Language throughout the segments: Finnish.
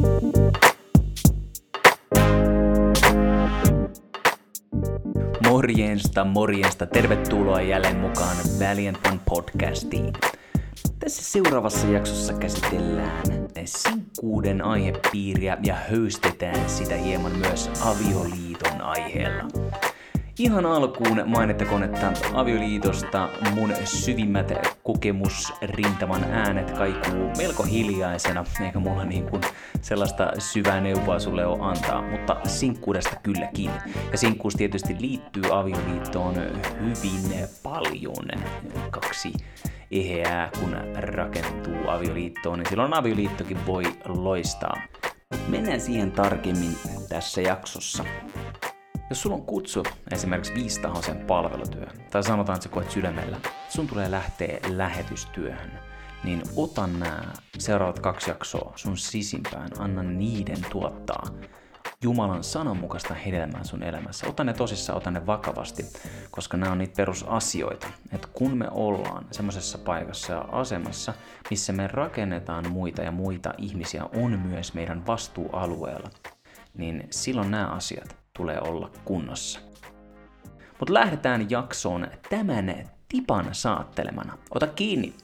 Morjesta, tervetuloa jälleen mukaan Valiant One podcastiin. Tässä seuraavassa jaksossa käsitellään sinkkuuden aihepiiriä ja höystetään sitä hieman myös avioliiton aiheella. Ihan alkuun mainittakoon, että avioliitosta mun syvimmät kokemusrintaman äänet kaikuu melko hiljaisena, eikä mulla sellaista syvää neuvoa sulle ole antaa, mutta sinkkuudesta kylläkin. Ja sinkkuus tietysti liittyy avioliittoon hyvin paljon. Kaksi eheää, kun rakentuu avioliittoon, niin silloin avioliittokin voi loistaa. Mennään siihen tarkemmin tässä jaksossa. Jos sulla on kutsu esimerkiksi 5-tahoisen palvelutyöhön, tai sanotaan, että sä koet sydämellä, sun tulee lähteä lähetystyöhön, niin ota nämä seuraavat 2 jaksoa sun sisimpään, anna niiden tuottaa Jumalan sananmukaista hedelmää sun elämässä. Ota ne tosissaan, ota ne vakavasti, koska nämä on niitä perusasioita. Että kun me ollaan semmoisessa paikassa ja asemassa, missä me rakennetaan muita ihmisiä, on myös meidän vastuualueella, niin silloin nämä asiat tulee olla kunnossa. Mutta lähdetään jaksoon tämän tipan saattelemana. Ota kiinni!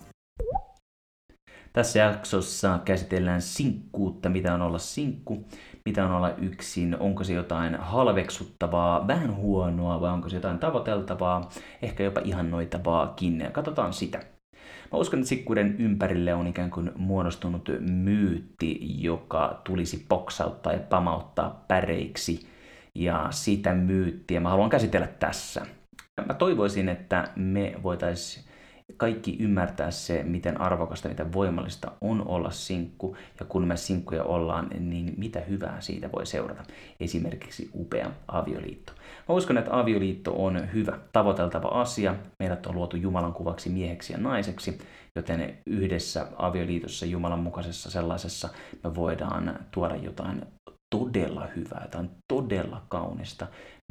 Tässä jaksossa käsitellään sinkkuutta, mitä on olla sinkku, mitä on olla yksin, onko se jotain halveksuttavaa, vähän huonoa vai onko se jotain tavoiteltavaa, ehkä jopa ihannoitavaakin. Katsotaan sitä. Mä uskon, että sinkkuuden ympärille on ikään kuin muodostunut myytti, joka tulisi poksauttaa ja pamauttaa päreiksi. Ja sitä myyttiä mä haluan käsitellä tässä. Mä toivoisin, että me voitaisiin kaikki ymmärtää se, miten arvokasta, miten voimallista on olla sinkku. Ja kun me sinkkuja ollaan, niin mitä hyvää siitä voi seurata. Esimerkiksi upea avioliitto. Mä uskon, että avioliitto on hyvä, tavoiteltava asia. Meidät on luotu Jumalan kuvaksi mieheksi ja naiseksi, joten yhdessä avioliitossa, Jumalan mukaisessa sellaisessa, me voidaan tuoda jotain todella hyvää, jotain todella kaunista,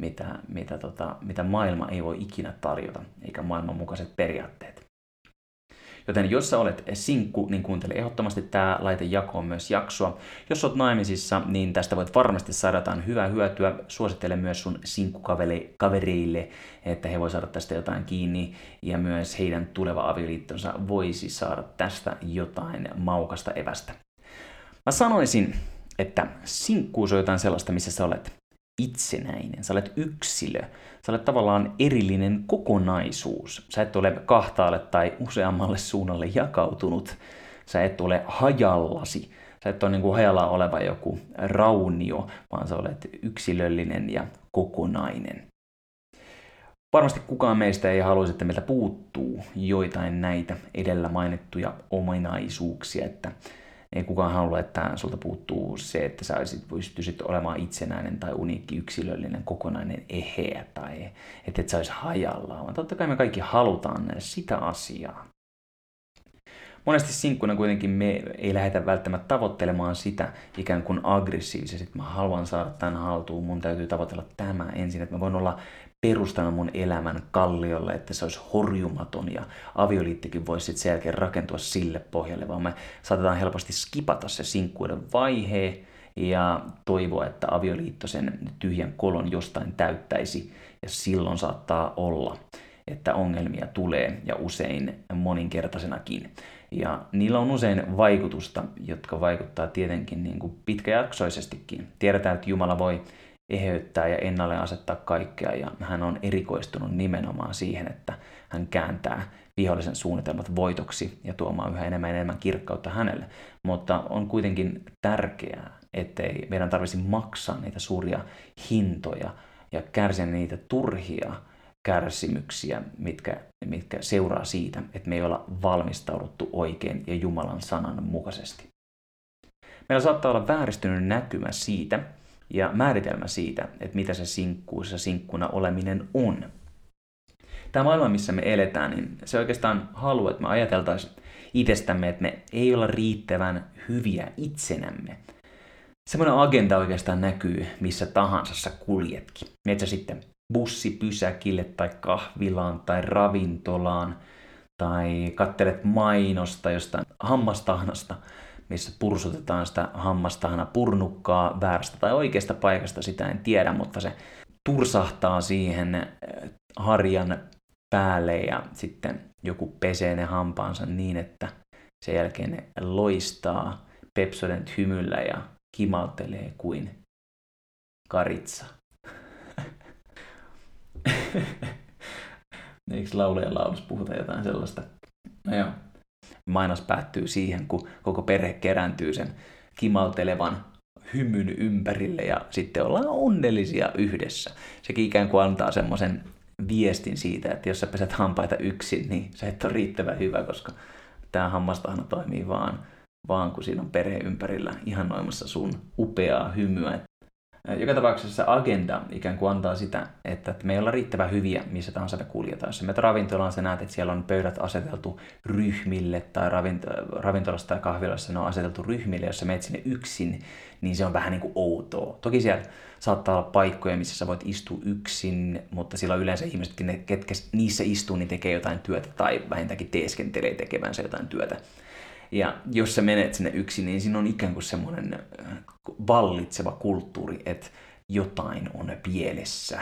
mitä maailma ei voi ikinä tarjota, eikä maailman mukaiset periaatteet. Joten jos sä olet sinkku, niin kuuntele ehdottomasti tää laite jakoon myös jaksoa. Jos olet naimisissa, niin tästä voit varmasti saada jotain hyvää hyötyä. Suosittele myös sun sinkkukavereille, että he voi saada tästä jotain kiinni, ja myös heidän tuleva avioliittonsa voisi saada tästä jotain maukasta evästä. Mä sanoisin, että sinkkuus on jotain sellaista, missä sä olet itsenäinen, sä olet yksilö, sä olet tavallaan erillinen kokonaisuus. Sä et ole kahtaalle tai useammalle suunnalle jakautunut, sä et ole hajallasi, sä et ole niin kuin hajallaan oleva joku raunio, vaan sä olet yksilöllinen ja kokonainen. Varmasti kukaan meistä ei haluaisi, että meiltä puuttuu joitain näitä edellä mainittuja ominaisuuksia, että ei kukaan halua, että sulta puuttuu se, että sä pystyisit olemaan itsenäinen tai uniikki, yksilöllinen, kokonainen, eheä tai että et sä olisi hajallaan. Vaan totta kai me kaikki halutaan sitä asiaa. Monesti sinkkuna kuitenkin me ei lähdetä välttämättä tavoittelemaan sitä ikään kuin aggressiivisesti, että mä haluan saada tämän haltuun, mun täytyy tavoitella tämä ensin, että mä voin olla perustana mun elämän kalliolle, että se olisi horjumaton ja avioliittokin voisi sitten sen jälkeen rakentua sille pohjalle, vaan me saatetaan helposti skipata se sinkkuuden vaihe ja toivoa, että avioliitto sen tyhjän kolon jostain täyttäisi, ja silloin saattaa olla, että ongelmia tulee ja usein moninkertaisenakin. Ja niillä on usein vaikutusta, jotka vaikuttaa tietenkin niin kuin pitkäjaksoisestikin. Tiedetään, että Jumala voi eheyttää ja ennalle asettaa kaikkea, ja hän on erikoistunut nimenomaan siihen, että hän kääntää vihollisen suunnitelmat voitoksi ja tuomaan yhä enemmän kirkkautta hänelle. Mutta on kuitenkin tärkeää, ettei meidän tarvitsisi maksaa niitä suuria hintoja ja kärsiä niitä turhia kärsimyksiä, mitkä seuraa siitä, että me ei olla valmistauduttu oikein ja Jumalan sanan mukaisesti. Meillä saattaa olla vääristynyt näkymä siitä ja määritelmä siitä, että mitä se sinkkuus ja sinkkuna oleminen on. Tämä maailma, missä me eletään, niin se oikeastaan haluaa, että me ajateltaisiin itsestämme, että me ei olla riittävän hyviä itsenämme. Semmoinen agenda oikeastaan näkyy missä tahansa sä kuljetkin. Meet sä sitten bussipysäkille tai kahvilaan tai ravintolaan tai kattelet mainosta jostain hammastahnasta. missä pursutetaan sitä hammastahana purnukkaa väärästä tai oikeasta paikasta, sitä en tiedä, mutta se tursahtaa siihen harjan päälle ja sitten joku pesee ne hampaansa niin, että sen jälkeen ne loistaa Pepsodent hymyllä ja kimaltelee kuin karitsa. Eikö laulajan laulussa puhuta jotain sellaista? No joo. Mainos päättyy siihen, kun koko perhe kerääntyy sen kimaltelevan hymyn ympärille ja sitten ollaan onnellisia yhdessä. Sekin ikään kuin antaa semmoisen viestin siitä, että jos sä pesät hampaita yksin, niin sä et ole riittävän hyvä, koska tämä hammastahana toimii vaan kun siinä on perhe ympärillä ihannoimassa sun upeaa hymyä. Joka tapauksessa agenda ikään kuin antaa sitä, että me ei olla riittävän hyviä missä tahansa me kuljetaan. Jos menet ravintolaan, sä näet, että siellä on pöydät aseteltu ryhmille tai ravintolassa tai kahvilassa ne on aseteltu ryhmille. Jos sä menet sinne yksin, niin se on vähän niin kuin outoa. Toki siellä saattaa olla paikkoja, missä sä voit istua yksin, mutta silloin yleensä ihmiset, ketkä niissä istuu, niin tekee jotain työtä tai vähintäänkin teeskentelee tekevänsä jotain työtä. Ja jos sä menet sinne yksin, niin siinä on ikään kuin semmoinen vallitseva kulttuuri, että jotain on pielessä.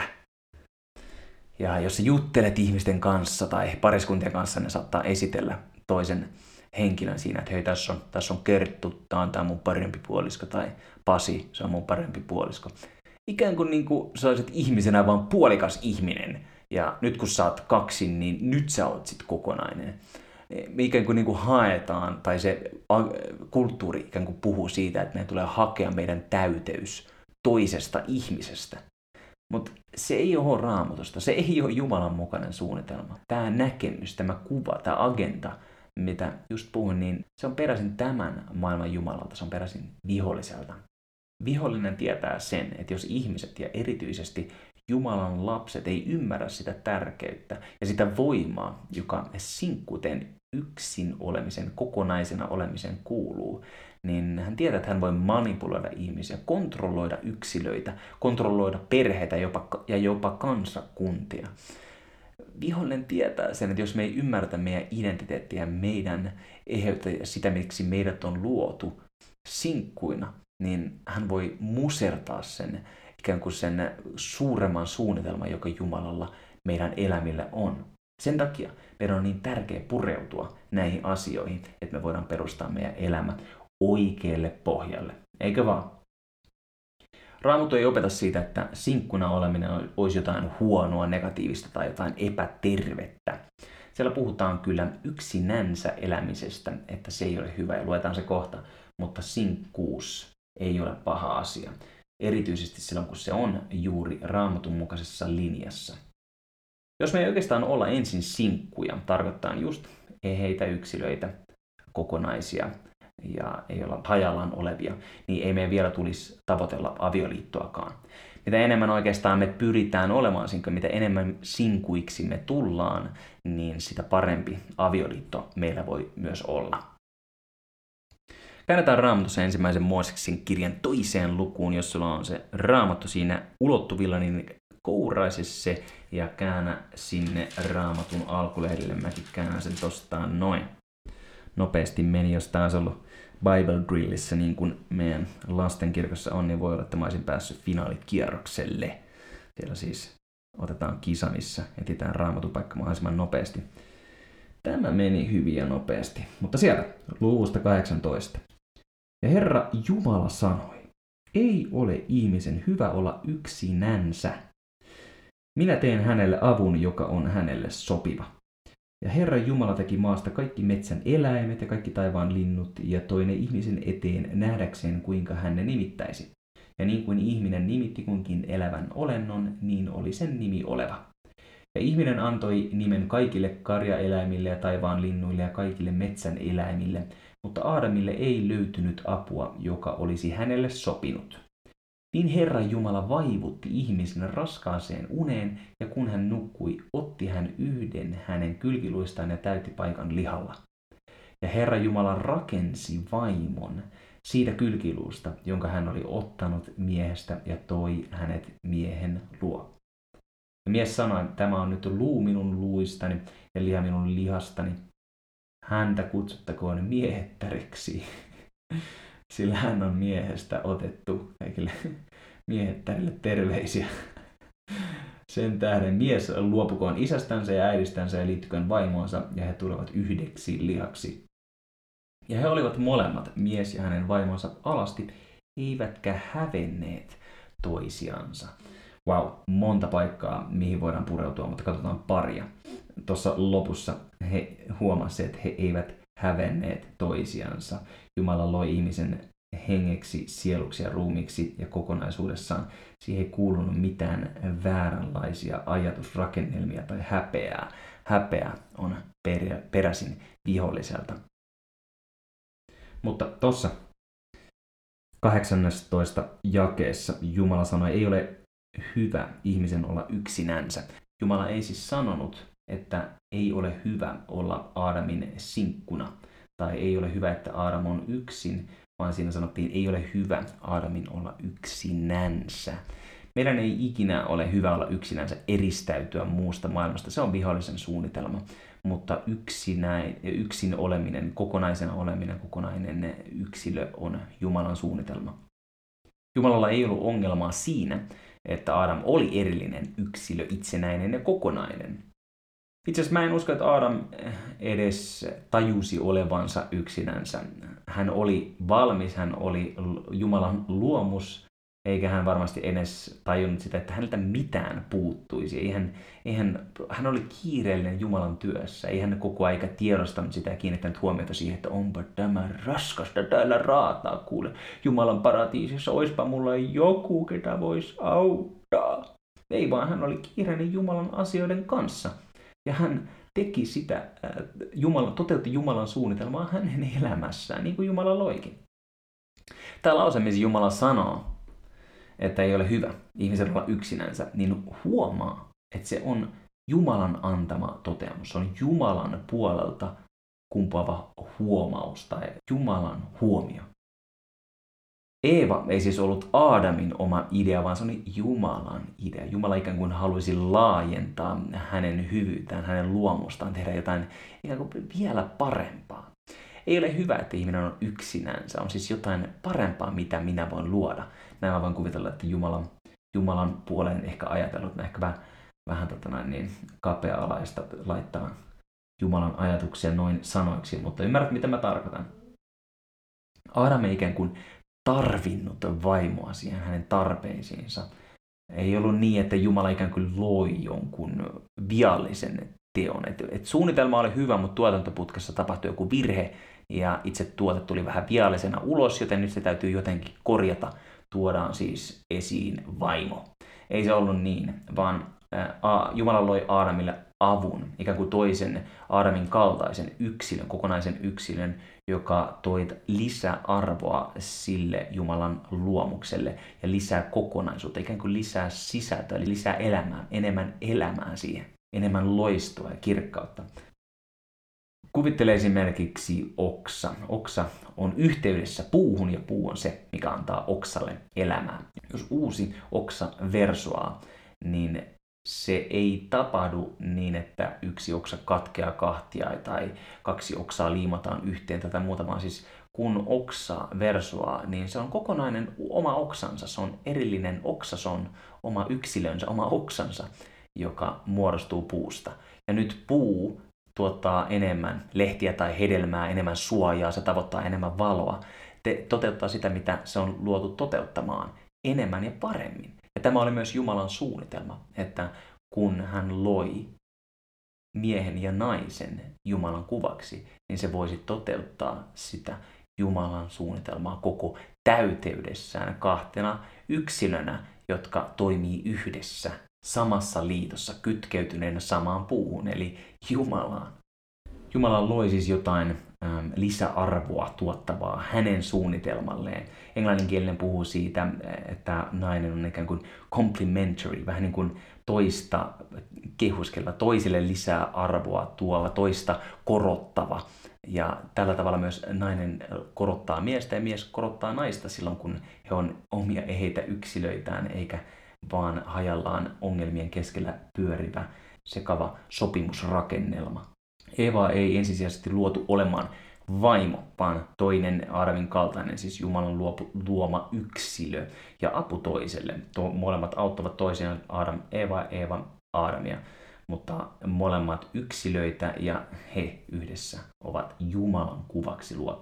Ja jos sä juttelet ihmisten kanssa tai pariskuntien kanssa, ne saattaa esitellä toisen henkilön siinä, että hei, tässä on Kerttu, tää on mun parempi puolisko, tai Pasi, se on mun parempi puolisko. Ikään kuin sä olisit ihmisenä vaan puolikas ihminen, ja nyt kun sä oot kaksin, niin nyt sä oot sit kokonainen. Me ikään kuin haetaan, tai se kulttuuri ikään kuin puhuu siitä, että meidän tulee hakea meidän täyteys toisesta ihmisestä. Mutta se ei ole Raamatusta, se ei ole Jumalan mukainen suunnitelma. Tämä näkemys, tämä kuva, tämä agenda, mitä just puhuin, niin se on peräisin tämän maailman Jumalalta, se on peräisin viholliselta. Vihollinen tietää sen, että jos ihmiset ja erityisesti Jumalan lapset ei ymmärrä sitä tärkeyttä ja sitä voimaa, joka sinkkuuteen yksin olemisen, kokonaisena olemisen kuuluu, niin hän tietää, että hän voi manipuloida ihmisiä, kontrolloida yksilöitä, kontrolloida perheitä ja jopa kansakuntia. Vihollinen tietää sen, että jos me ei ymmärtä meidän identiteettiä, meidän eheyttä ja sitä, miksi meidät on luotu sinkkuina, niin hän voi musertaa sen ikään kuin sen suuremman suunnitelman, joka Jumalalla meidän elämille on. Sen takia meidän on niin tärkeää pureutua näihin asioihin, että me voidaan perustaa meidän elämä oikealle pohjalle. Eikö vaan? Raamattu ei opeta siitä, että sinkkuna oleminen olisi jotain huonoa, negatiivista tai jotain epätervettä. Siellä puhutaan kyllä yksinänsä elämisestä, että se ei ole hyvä ja luetaan se kohta, mutta sinkkuus ei ole paha asia. Erityisesti silloin, kun se on juuri Raamatun mukaisessa linjassa. Jos me ei oikeastaan olla ensin sinkkuja, tarkoittaa just heitä yksilöitä, kokonaisia ja ei olla hajallaan olevia, niin ei meidän vielä tulisi tavoitella avioliittoakaan. Mitä enemmän oikeastaan me pyritään olemaan sinkkuja, mitä enemmän sinkuiksi me tullaan, niin sitä parempi avioliitto meillä voi myös olla. Käännetään Raamatussa ensimmäisen Mooseksen kirjan toiseen lukuun, jos sulla on se Raamattu siinä ulottuvilla, niin kouraise se ja käännä sinne Raamatun alkulehdille. Mäkin käännän sen tostaan noin. Nopeasti meni, jos taas ollut Bible Drillissä, niin kuin meidän lastenkirkossa on, niin voi olla, että mä olisin päässyt finaalikierrokselle. Siellä siis otetaan kisa, missä etsitään Raamatun paikka mahdollisimman nopeasti. Tämä meni hyvin ja nopeasti, mutta sieltä luvusta 18. Ja Herra Jumala sanoi, ei ole ihmisen hyvä olla yksinänsä. Minä teen hänelle avun, joka on hänelle sopiva. Ja Herra Jumala teki maasta kaikki metsän eläimet ja kaikki taivaan linnut ja toi ne ihmisen eteen nähdäkseen, kuinka hän ne nimittäisi. Ja niin kuin ihminen nimitti kunkin elävän olennon, niin oli sen nimi oleva. Ja ihminen antoi nimen kaikille karjaeläimille ja taivaan linnuille ja kaikille metsän eläimille, mutta Aadamille ei löytynyt apua, joka olisi hänelle sopinut. Niin Herra Jumala vaivutti ihmisen raskaaseen uneen, ja kun hän nukkui, otti hän yhden hänen kylkiluistaan ja täytti paikan lihalla. Ja Herra Jumala rakensi vaimon siitä kylkiluusta, jonka hän oli ottanut miehestä, ja toi hänet miehen luo. Ja mies sanoi, että tämä on nyt luu minun luistani ja liha minun lihastani. Häntä kutsuttakoon miehettäreksi, Sillä hän on miehestä otettu. Kaikille miehettärille terveisiä. Sen tähden mies luopukoon isästänsä ja äidistänsä ja liittyköön vaimoonsa, ja he tulevat yhdeksi lihaksi. Ja he olivat molemmat, mies ja hänen vaimonsa, alasti, eivätkä hävenneet toisiansa. Wow, monta paikkaa, mihin voidaan pureutua, mutta katsotaan paria. Tuossa lopussa he huomasivat, että he eivät hävenneet toisiansa. Jumala loi ihmisen hengeksi, sieluksi ja ruumiksi ja kokonaisuudessaan. Siihen ei kuulunut mitään vääränlaisia ajatusrakennelmia tai häpeää. Häpeä on peräisin viholliselta. Mutta tuossa 18 jakeessa Jumala sanoi, ei ole hyvä ihmisen olla yksinänsä. Jumala ei siis sanonut, että ei ole hyvä olla Aadamin sinkkuna, tai ei ole hyvä, että Aadam on yksin, vaan siinä sanottiin, ei ole hyvä Aadamin olla yksinänsä. Meidän ei ikinä ole hyvä olla yksinänsä, eristäytyä muusta maailmasta. Se on vihollisen suunnitelma. Mutta yksin oleminen, kokonaisena oleminen, kokonainen yksilö on Jumalan suunnitelma. Jumalalla ei ollut ongelmaa siinä, että Aadam oli erillinen yksilö, itsenäinen ja kokonainen. Itse asiassa mä en usko, että Aadam edes tajusi olevansa yksinänsä. Hän oli valmis, hän oli Jumalan luomus, eikä hän varmasti edes tajunnut sitä, että häneltä mitään puuttuisi. Hän oli kiireellinen Jumalan työssä. Ei hän koko aika tiedostanut sitä ja kiinnittänyt huomiota siihen, että onpa tämä raskasta täällä raataa, kuule. Jumalan paratiisissa, oispa mulla joku, ketä voisi auttaa. Ei vaan, hän oli kiireinen Jumalan asioiden kanssa. Ja hän teki sitä, toteutti Jumalan suunnitelmaa hänen elämässään, niin kuin Jumala loikin. Tämä lause, missä Jumala sanoo, että ei ole hyvä ihmisen olla yksinänsä, niin huomaa, että se on Jumalan antama toteamus. Se on Jumalan puolelta kumpuava huomaus tai Jumalan huomio. Eeva ei siis ollut Aadamin oma idea, vaan se oli Jumalan idea. Jumala ikään kuin halusi laajentaa hänen hyvyyttään, hänen luomustaan, tehdä jotain ikään kuin vielä parempaa. Ei ole hyvä, että ihminen on yksinänsä. On siis jotain parempaa, mitä minä voin luoda. Näin mä voin kuvitella, että Jumalan puoleen ehkä ajatellut, ehkä vähän kapea-alaista laittaa Jumalan ajatuksia noin sanoiksi, mutta ymmärrät, mitä mä tarkoitan. Aadam ei ikään kuin tarvinnut vaimoa siihen hänen tarpeisiinsa. Ei ollut niin, että Jumala ikään kuin loi jonkun viallisen teon. Et suunnitelma oli hyvä, mutta tuotantoputkessa tapahtui joku virhe ja itse tuote tuli vähän viallisena ulos, joten nyt se täytyy jotenkin korjata. Tuodaan siis esiin vaimo. Ei se ollut niin, vaan Jumala loi Aadamille avun, ikään kuin toisen Aadamin kaltaisen yksilön, kokonaisen yksilön, joka toi lisäarvoa sille Jumalan luomukselle ja lisää kokonaisuutta, ikään kuin lisää sisältöä, eli lisää elämää, enemmän elämää siihen, enemmän loistoa ja kirkkautta. Kuvittele esimerkiksi oksa. Oksa on yhteydessä puuhun ja puu on se, mikä antaa oksalle elämää. Jos uusi oksa versoaa, niin se ei tapahdu niin, että yksi oksa katkeaa kahtia tai kaksi oksaa liimataan yhteen tätä muuta, vaan siis kun oksa versoaa, niin se on kokonainen oma oksansa, se on erillinen oksa, se on oma yksilönsä, oma oksansa, joka muodostuu puusta. Ja nyt puu tuottaa enemmän lehtiä tai hedelmää, enemmän suojaa, se tavoittaa enemmän valoa, toteuttaa sitä, mitä se on luotu toteuttamaan, enemmän ja paremmin. Ja tämä oli myös Jumalan suunnitelma, että kun hän loi miehen ja naisen Jumalan kuvaksi, niin se voisi toteuttaa sitä Jumalan suunnitelmaa koko täyteydessään kahtena yksilönä, jotka toimii yhdessä, samassa liitossa, kytkeytyneenä samaan puuhun, eli Jumalaan. Jumala loi siis jotain lisäarvoa tuottavaa hänen suunnitelmalleen. Englanninkielinen puhuu siitä, että nainen on ikään kuin complementary, vähän niin kuin toista kehuskella, toisille lisää arvoa tuova, toista korottava. Ja tällä tavalla myös nainen korottaa miestä ja mies korottaa naista silloin, kun he on omia eheitä yksilöitään, eikä vaan hajallaan ongelmien keskellä pyörivä sekava sopimusrakennelma. Eevaa ei ensisijaisesti luotu olemaan vaimo, vaan toinen Aadamin kaltainen, siis Jumalan luoma yksilö ja apu toiselle. Molemmat auttavat toisiaan, Aadam, Eeva, Aadamia, mutta molemmat yksilöitä ja he yhdessä ovat Jumalan kuvaksi luotu.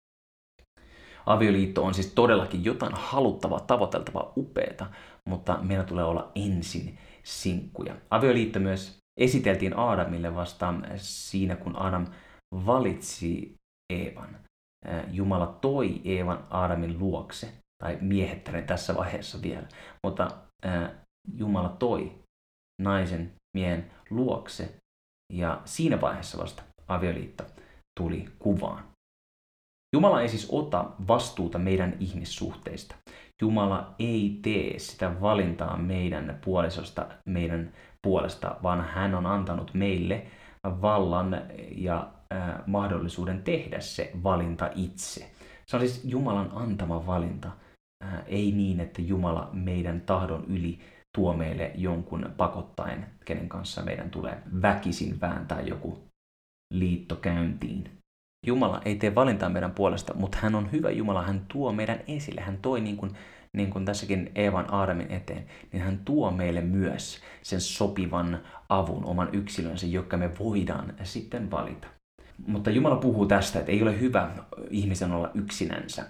Avioliitto on siis todellakin jotain haluttavaa, tavoiteltavaa, upeata, mutta meillä tulee olla ensin sinkkuja. Avioliitto myös esiteltiin Aadamille vasta siinä, kun Aadam valitsi Eevan. Jumala toi Eevan Aadamin luokse, tai miehettären tässä vaiheessa vielä, mutta Jumala toi naisen miehen luokse, ja siinä vaiheessa vasta avioliitto tuli kuvaan. Jumala ei siis ota vastuuta meidän ihmissuhteista. Jumala ei tee sitä valintaa meidän puolisosta meidän puolesta, vaan hän on antanut meille vallan ja mahdollisuuden tehdä se valinta itse. Se on siis Jumalan antama valinta. Ei niin, että Jumala meidän tahdon yli tuo meille jonkun pakottaen, kenen kanssa meidän tulee väkisin vääntää joku liitto käyntiin. Jumala ei tee valintaa meidän puolesta, mutta hän on hyvä Jumala, hän tuo meidän esille. Hän toi niin kuin tässäkin Eevan Aadamin eteen, niin hän tuo meille myös sen sopivan avun, oman yksilönsä, joka me voidaan sitten valita. Mutta Jumala puhuu tästä, että ei ole hyvä ihmisen olla yksinänsä.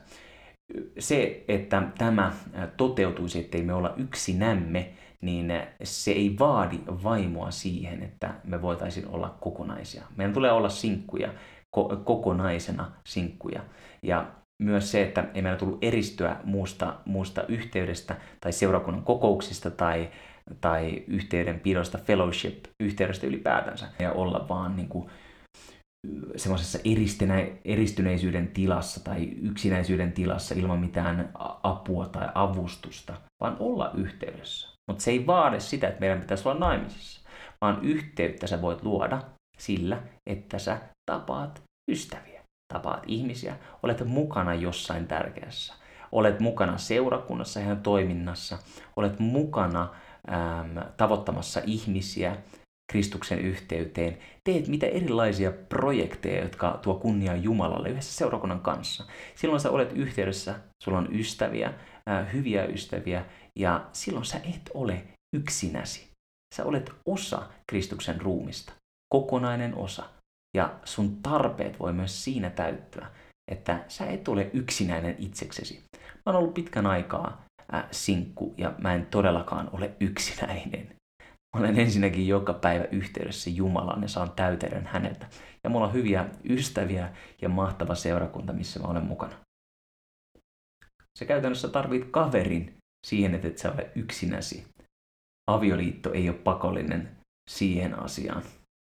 Se, että tämä toteutuisi, ettei me olla yksinämme, niin se ei vaadi vaimoa siihen, että me voitaisiin olla kokonaisia. Meidän tulee olla sinkkuja, kokonaisena sinkkuja. Ja myös se, että ei meillä tullut eristyä muusta yhteydestä tai seurakunnan kokouksista tai yhteydenpidosta, fellowship-yhteydestä ylipäätänsä. Ja olla vaan niin kuin semmoisessa eristyneisyyden tilassa tai yksinäisyyden tilassa ilman mitään apua tai avustusta, vaan olla yhteydessä. Mutta se ei vaadi sitä, että meidän pitäisi olla naimisissa, vaan yhteyttä sä voit luoda sillä, että sä tapaat ystäviä, tapaat ihmisiä, olet mukana jossain tärkeässä, olet mukana seurakunnassa ja toiminnassa, olet mukana tavoittamassa ihmisiä Kristuksen yhteyteen, teet mitä erilaisia projekteja, jotka tuo kunniaa Jumalalle yhdessä seurakunnan kanssa. Silloin sä olet yhteydessä, sulla on ystäviä, hyviä ystäviä, ja silloin sä et ole yksinäsi. Sä olet osa Kristuksen ruumista, kokonainen osa, ja sun tarpeet voi myös siinä täyttyä, että sä et ole yksinäinen itseksesi. Mä oon ollut pitkän aikaa sinkku, ja mä en todellakaan ole yksinäinen. Olen ensinnäkin joka päivä yhteydessä Jumalaan ja saan täyteyden häneltä. Ja mulla on hyviä ystäviä ja mahtava seurakunta, missä mä olen mukana. Sä käytännössä tarvit kaverin siihen, että et sä ole yksinäsi. Avioliitto ei ole pakollinen siihen asiaan.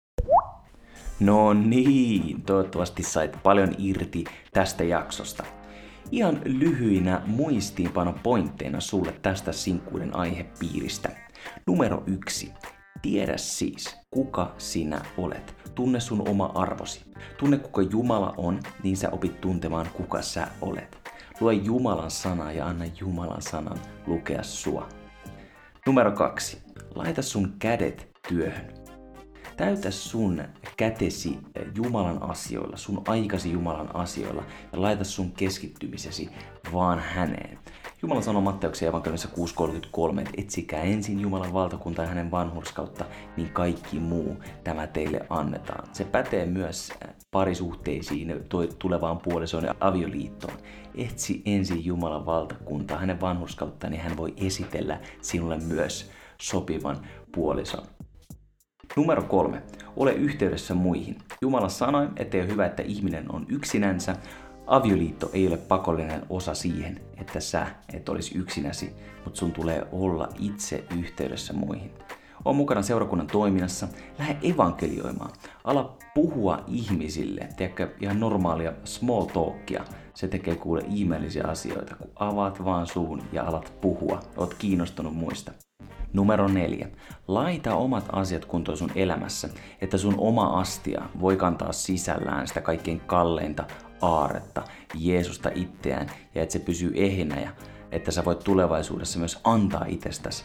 No niin, toivottavasti sait paljon irti tästä jaksosta. Ihan lyhyinä muistiinpanopointteina sulle tästä sinkkuuden aihepiiristä. Numero 1. Tiedä siis, kuka sinä olet. Tunne sun oma arvosi. Tunne, kuka Jumala on, niin sä opit tuntemaan, kuka sä olet. Lue Jumalan sanaa ja anna Jumalan sanan lukea sua. Numero 2. Laita sun kädet työhön. Täytä sun kätesi Jumalan asioilla, sun aikasi Jumalan asioilla ja laita sun keskittymisesi vaan häneen. Jumala sanoo Matteuksen evankeliumissa 6.33, että etsikää ensin Jumalan valtakuntaa ja hänen vanhurskautta, niin kaikki muu tämä teille annetaan. Se pätee myös parisuhteisiin, tulevaan puolisoon ja avioliittoon. Etsi ensin Jumalan valtakuntaa, hänen vanhurskautta, niin hän voi esitellä sinulle myös sopivan puolison. Numero 3. Ole yhteydessä muihin. Jumala sanoi, ettei ole hyvä, että ihminen on yksinänsä. Avioliitto ei ole pakollinen osa siihen, että sä et olisi yksinäsi, mutta sun tulee olla itse yhteydessä muihin. On mukana seurakunnan toiminnassa, lähde evankelioimaan. Ala puhua ihmisille, tiedätkö, ihan normaalia small talkia. Se tekee kuule ihmeellisiä asioita, kun avaat vaan suun ja alat puhua. Oot kiinnostunut muista. Numero 4. Laita omat asiat kuntoon sun elämässä, että sun oma astia voi kantaa sisällään sitä kaikkein kalleinta aarretta, Jeesusta itseään, ja että se pysyy ehenä ja että sä voit tulevaisuudessa myös antaa itsestäsi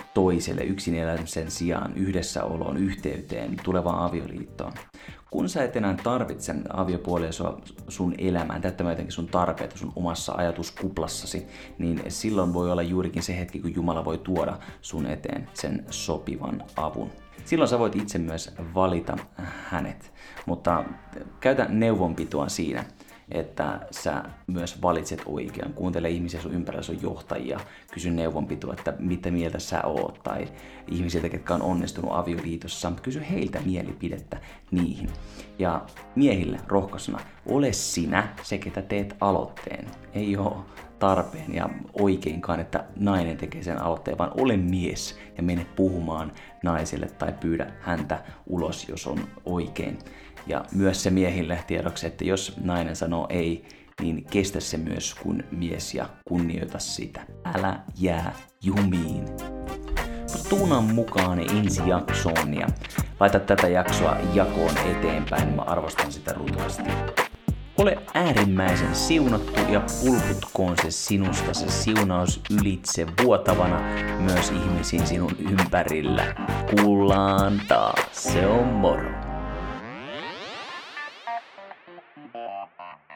toiselle, yksin elämisen sijaan, yhdessäoloon, yhteyteen, tulevaan avioliittoon. Kun sä et enää tarvitse aviopuolisoa sun elämään, täyttämään jotenkin sun tarpeita sun omassa ajatuskuplassasi, niin silloin voi olla juurikin se hetki, kun Jumala voi tuoda sun eteen sen sopivan avun. Silloin sä voit itse myös valita hänet, mutta käytä neuvonpitoa siinä, että sä myös valitset oikean. Kuuntele ihmisiä sun ympärillä, sun johtajia, kysy neuvonpitoa, että mitä mieltä sä oot, tai ihmisiltä, ketkä on onnistunut avioliitossa, kysy heiltä mielipidettä niihin. Ja miehille rohkaisuna, ole sinä se, ketä teet aloitteen. Ei ole tarpeen ja oikeinkaan, että nainen tekee sen aloitteen, vaan ole mies ja mene puhumaan naiselle tai pyydä häntä ulos, jos on oikein. Ja myös se miehille tiedoksi, että jos nainen sanoo ei, niin kestä se myös kun mies ja kunnioita sitä. Älä jää jumiin. Tuunaan mukaan ensi jaksoon ja laita tätä jaksoa jakoon eteenpäin, niin mä arvostan sitä runsaasti. Ole äärimmäisen siunattu ja pulputkoon se sinusta se siunaus ylitse vuotavana myös ihmisiin sinun ympärillä. Kuullaan taas, se on moro.